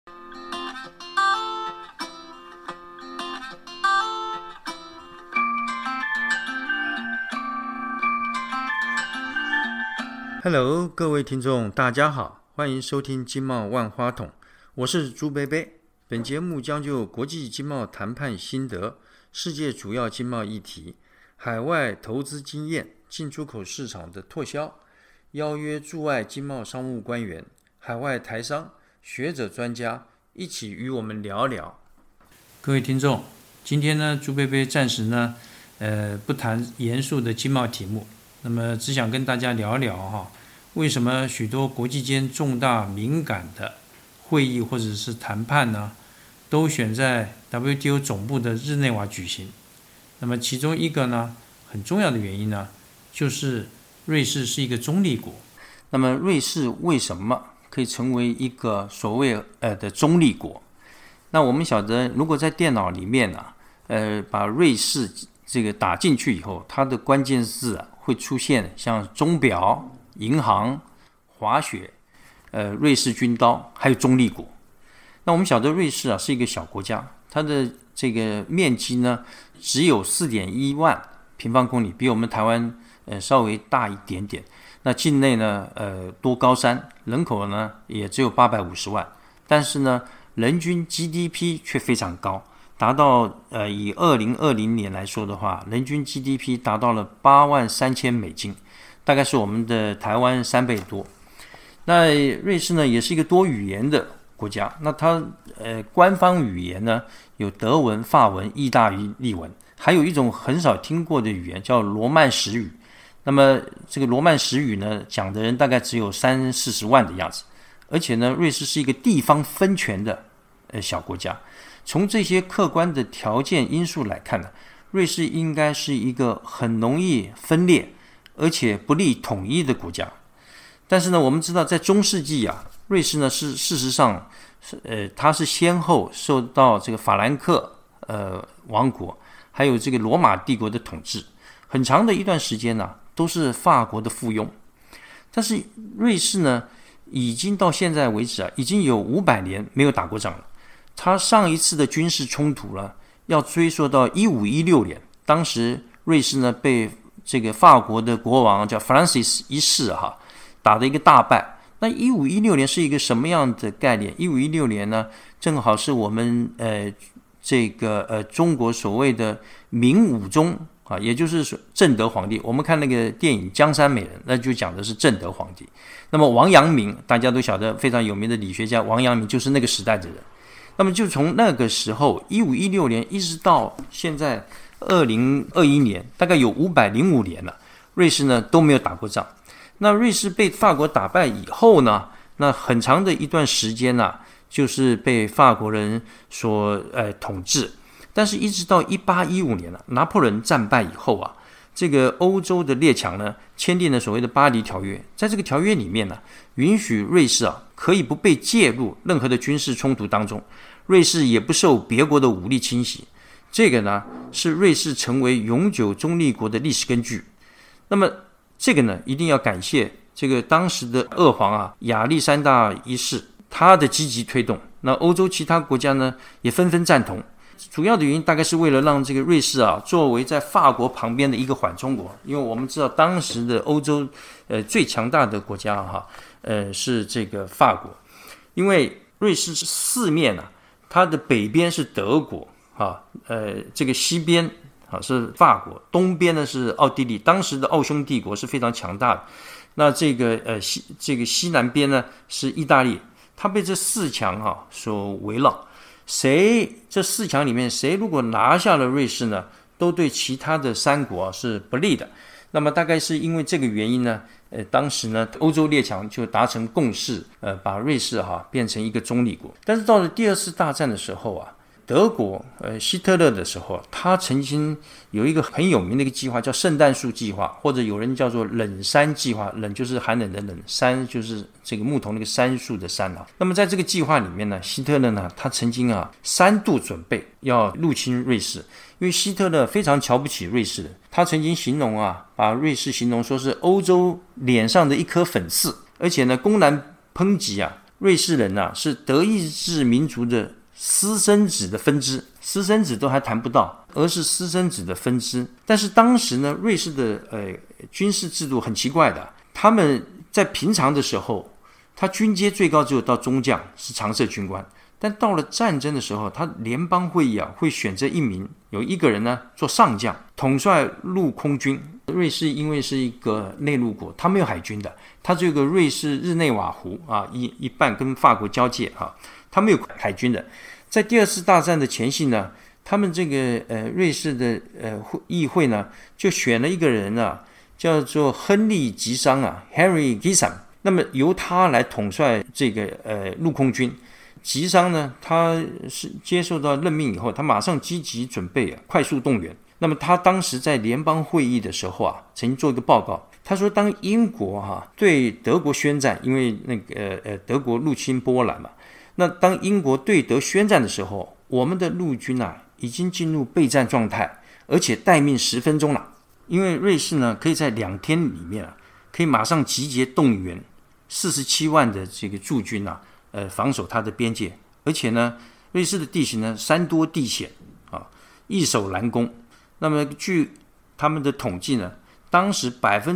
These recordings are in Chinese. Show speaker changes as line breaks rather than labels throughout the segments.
Hello， 各位听众，大家好，欢迎收听经贸万花筒，我是朱贝贝。本节目将就国际经贸谈判心得、世界主要经贸议题、海外投资经验、进出口市场的拓销，邀约驻外经贸商务官员、海外台商、学者专家一起与我们聊聊。各位听众，今天呢，朱贝贝暂时呢，不谈严肃的经贸题目。那么只想跟大家聊聊为什么许多国际间重大敏感的会议或者是谈判呢，都选在 WTO 总部的日内瓦举行。那么其中一个呢，很重要的原因呢，就是瑞士是一个中立国。那么瑞士为什么可以成为一个所谓的中立国？那我们晓得，如果在电脑里面把瑞士这个打进去以后，它的关键字会出现像钟表、银行、滑雪、瑞士军刀，还有中立国。那我们晓得瑞士是一个小国家，它的这个面积呢只有 4.1 万平方公里，比我们台湾稍微大一点点。那境内呢多高山，人口呢也只有850万，但是呢人均 GDP 却非常高，达到以2020年来说的话，人均 GDP 达到了83000美金，大概是我们的台湾3倍多。那瑞士呢也是一个多语言的国家，那它官方语言呢有德文、法文、意大利文，还有一种很少听过的语言叫罗曼史语。那么这个罗曼史语呢讲的人大概只有30-40万的样子，而且呢瑞士是一个地方分权的小国家。从这些客观的条件因素来看呢，瑞士应该是一个很容易分裂而且不利统一的国家。但是呢，我们知道在中世纪瑞士呢是事实上它是先后受到这个法兰克王国还有这个罗马帝国的统治，很长的一段时间都是法国的附庸。但是瑞士呢已经到现在为止已经有500年没有打过仗了。他上一次的军事冲突呢，要追溯到1516年，当时瑞士呢被这个法国的国王叫 Francis 一世打的一个大败。那1516年是一个什么样的概念？1516年呢，正好是我们中国所谓的明武宗也就是正德皇帝。我们看那个电影《江山美人》，那就讲的是正德皇帝。那么王阳明，大家都晓得非常有名的理学家王阳明，就是那个时代的人。那么就从那个时候1516年一直到现在2021年，大概有505年了，瑞士呢都没有打过仗。那瑞士被法国打败以后呢，那很长的一段时间就是被法国人所统治。但是一直到1815年拿破仑战败以后这个欧洲的列强呢签订了所谓的巴黎条约。在这个条约里面呢，允许瑞士可以不被介入任何的军事冲突当中，瑞士也不受别国的武力侵袭。这个呢是瑞士成为永久中立国的历史根据。那么这个呢一定要感谢这个当时的二皇亚历山大一世，他的积极推动。那欧洲其他国家呢也纷纷赞同。主要的原因大概是为了让这个瑞士作为在法国旁边的一个缓冲国。因为我们知道当时的欧洲最强大的国家是这个法国。因为瑞士四面它的北边是德国这个西边是法国，东边呢是奥地利，当时的奥匈帝国是非常强大的。那这个西南边呢是意大利，它被这四强所围绕。这四强里面谁如果拿下了瑞士呢，都对其他的3国是不利的。那么大概是因为这个原因呢，当时呢欧洲列强就达成共识，把瑞士变成一个中立国。但是到了第2次大战的时候德国希特勒的时候，他曾经有一个很有名的一个计划叫圣诞树计划，或者有人叫做冷杉计划。冷就是寒冷的冷，杉就是这个木头那个杉树的杉那么在这个计划里面呢，希特勒呢他曾经3度准备要入侵瑞士。因为希特勒非常瞧不起瑞士的，他曾经形容把瑞士形容说是欧洲脸上的一颗粉刺，而且呢公然抨击瑞士人是德意志民族的私生子的分支，私生子都还谈不到，而是私生子的分支。但是当时呢，瑞士的军事制度很奇怪的，他们在平常的时候，他军阶最高只有到中将，是常设军官。但到了战争的时候，他联邦会议会选择有一个人呢做上将，统帅陆空军。瑞士因为是一个内陆国，他没有海军的，他只有个瑞士日内瓦湖一半跟法国交界他没有海军的。在第二次大战的前夕呢，他们这个瑞士的议会呢就选了一个人叫做亨利吉桑Henry Gisam， 那么由他来统帅这个陆空军。吉桑呢，他是接受到任命以后，他马上积极准备快速动员。那么他当时在联邦会议的时候曾经做一个报告，他说当英国对德国宣战，因为那个德国入侵波兰嘛，那当英国对德宣战的时候，我们的陆军已经进入备战状态，而且待命10分钟了。因为瑞士呢可以在2天里面可以马上集结动员47万的这个驻军防守它的边界，而且呢，瑞士的地形呢山多地险易守难攻。那么据他们的统计呢，当时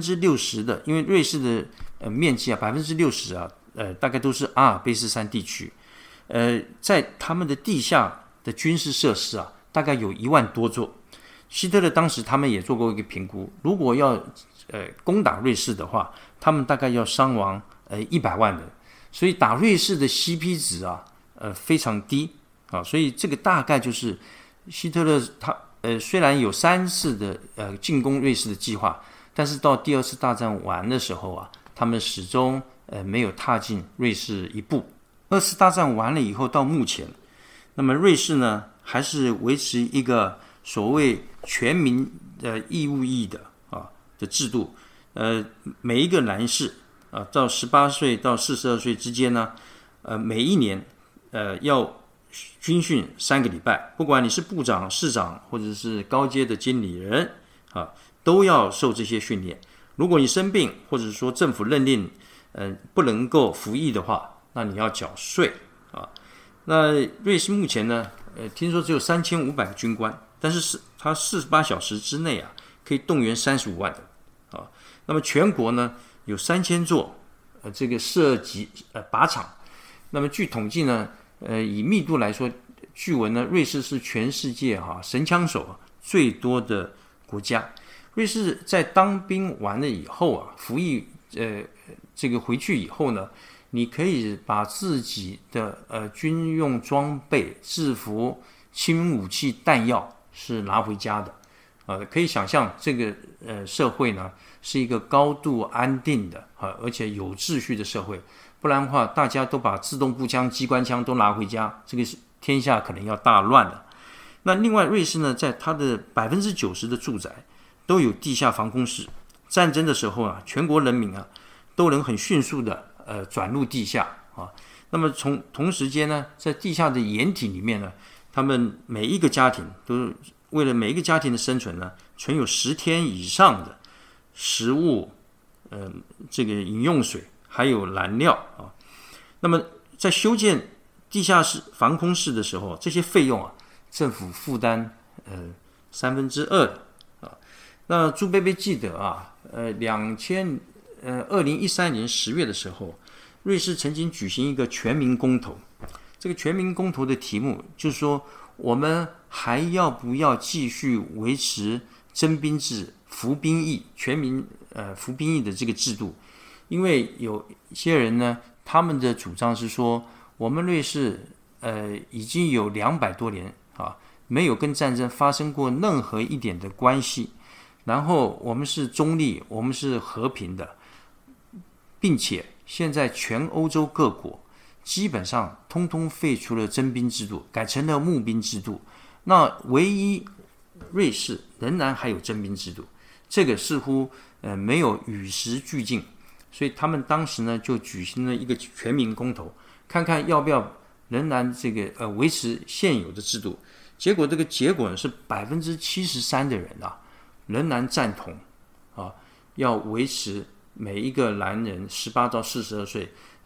60%的，因为瑞士的面积60%大概都是阿尔卑斯山地区，在他们的地下的军事设施大概有1万多座。希特勒当时他们也做过一个评估，如果要攻打瑞士的话，他们大概要伤亡100万人。所以打瑞士的 CP 值非常低所以这个大概就是希特勒他虽然有3次的进攻瑞士的计划，但是到第2次大战完的时候他们始终没有踏进瑞士一步。2次大战完了以后到目前，那么瑞士呢还是维持一个所谓全民义务役的制度，每一个男士到18岁到42岁之间呢，每一年要军训3个礼拜，不管你是部长、市长或者是高阶的经理人都要受这些训练。如果你生病或者说政府任令不能够服役的话，那你要缴税那瑞士目前呢听说只有3500个军官，但是他48小时之内可以动员35万人那么全国呢有3000座这个射击靶场。那么据统计呢以密度来说，据闻呢瑞士是全世界神枪手最多的国家。瑞士在当兵完了以后服役这个回去以后呢，你可以把自己的军用装备、制服、轻武器、弹药是拿回家的可以想象这个社会呢是一个高度安定的而且有秩序的社会。不然的话，大家都把自动步枪、机关枪都拿回家，这个天下可能要大乱了。那另外，瑞士呢，在它的90%的住宅都有地下防空室。战争的时候全国人民都能很迅速的转入地下那么同时间呢，在地下的掩体里面呢，他们每一个家庭都为了每一个家庭的生存呢，存有10天以上的食物、这个饮用水，还有燃料那么在修建地下室防空室的时候，这些费用政府负担2/3的那朱贝贝记得2013年10月的时候，瑞士曾经举行一个全民公投。这个全民公投的题目就是说，我们还要不要继续维持征兵制、服兵役、全民服兵役的这个制度？因为有一些人呢，他们的主张是说，我们瑞士已经有200多年没有跟战争发生过任何一点的关系，然后我们是中立，我们是和平的，并且现在全欧洲各国基本上通通废除了征兵制度，改成了募兵制度。那唯一瑞士仍然还有征兵制度，这个似乎没有与时俱进。所以他们当时呢就举行了一个全民公投，看看要不要仍然这个维持现有的制度。结果这个结果呢是73%的人仍然赞同要维持每一个男人18到42岁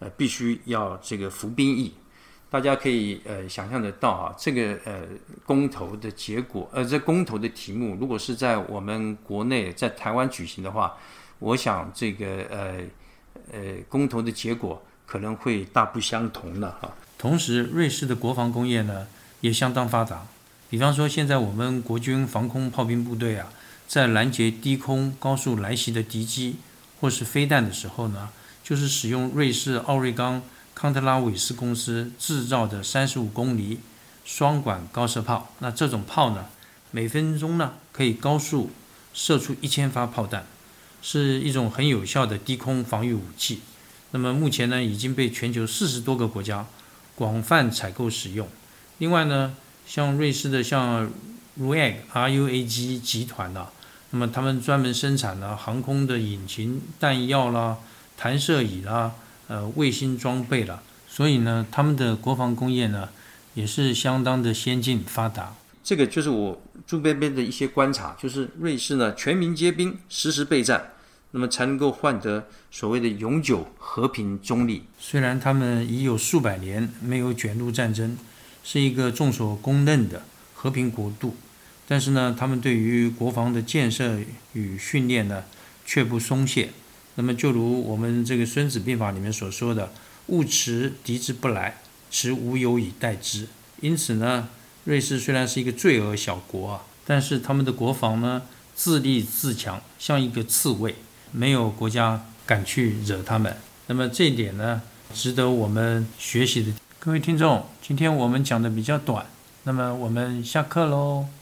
必须要这个服兵役。大家可以想象得到啊，这个公投的结果，这公投的题目，如果是在我们国内在台湾举行的话，我想这个公投的结果可能会大不相同了哈。同时，瑞士的国防工业呢也相当发达。比方说，现在我们国军防空炮兵部队啊，在拦截低空高速来袭的敌机或是飞弹的时候呢，就是使用瑞士奥瑞冈康特拉韦斯公司制造的35公里双管高射炮。那这种炮呢，每分钟呢可以高速射出1000发炮弹，是一种很有效的低空防御武器。那么目前呢，已经被全球40多个国家广泛采购使用。另外呢，像瑞士的像 RUAG 集团啦，那么他们专门生产了航空的引擎、弹药啦、弹射椅啦、卫星装备啦，所以呢，他们的国防工业呢也是相当的先进发达。这个就是我朱贝贝的一些观察，就是瑞士呢全民皆兵，时时备战，那么才能够换得所谓的永久和平中立。虽然他们已有数百年没有卷入战争，是一个众所公认的和平国度，但是呢，他们对于国防的建设与训练呢却不松懈。那么就如我们这个《孙子兵法》里面所说的，勿持敌之不来，持无有以待之。因此呢，瑞士虽然是一个罪恶小国啊，但是他们的国防呢自立自强，像一个刺猬，没有国家敢去惹他们。那么这一点呢，值得我们学习的。各位听众，今天我们讲的比较短，那么我们下课喽。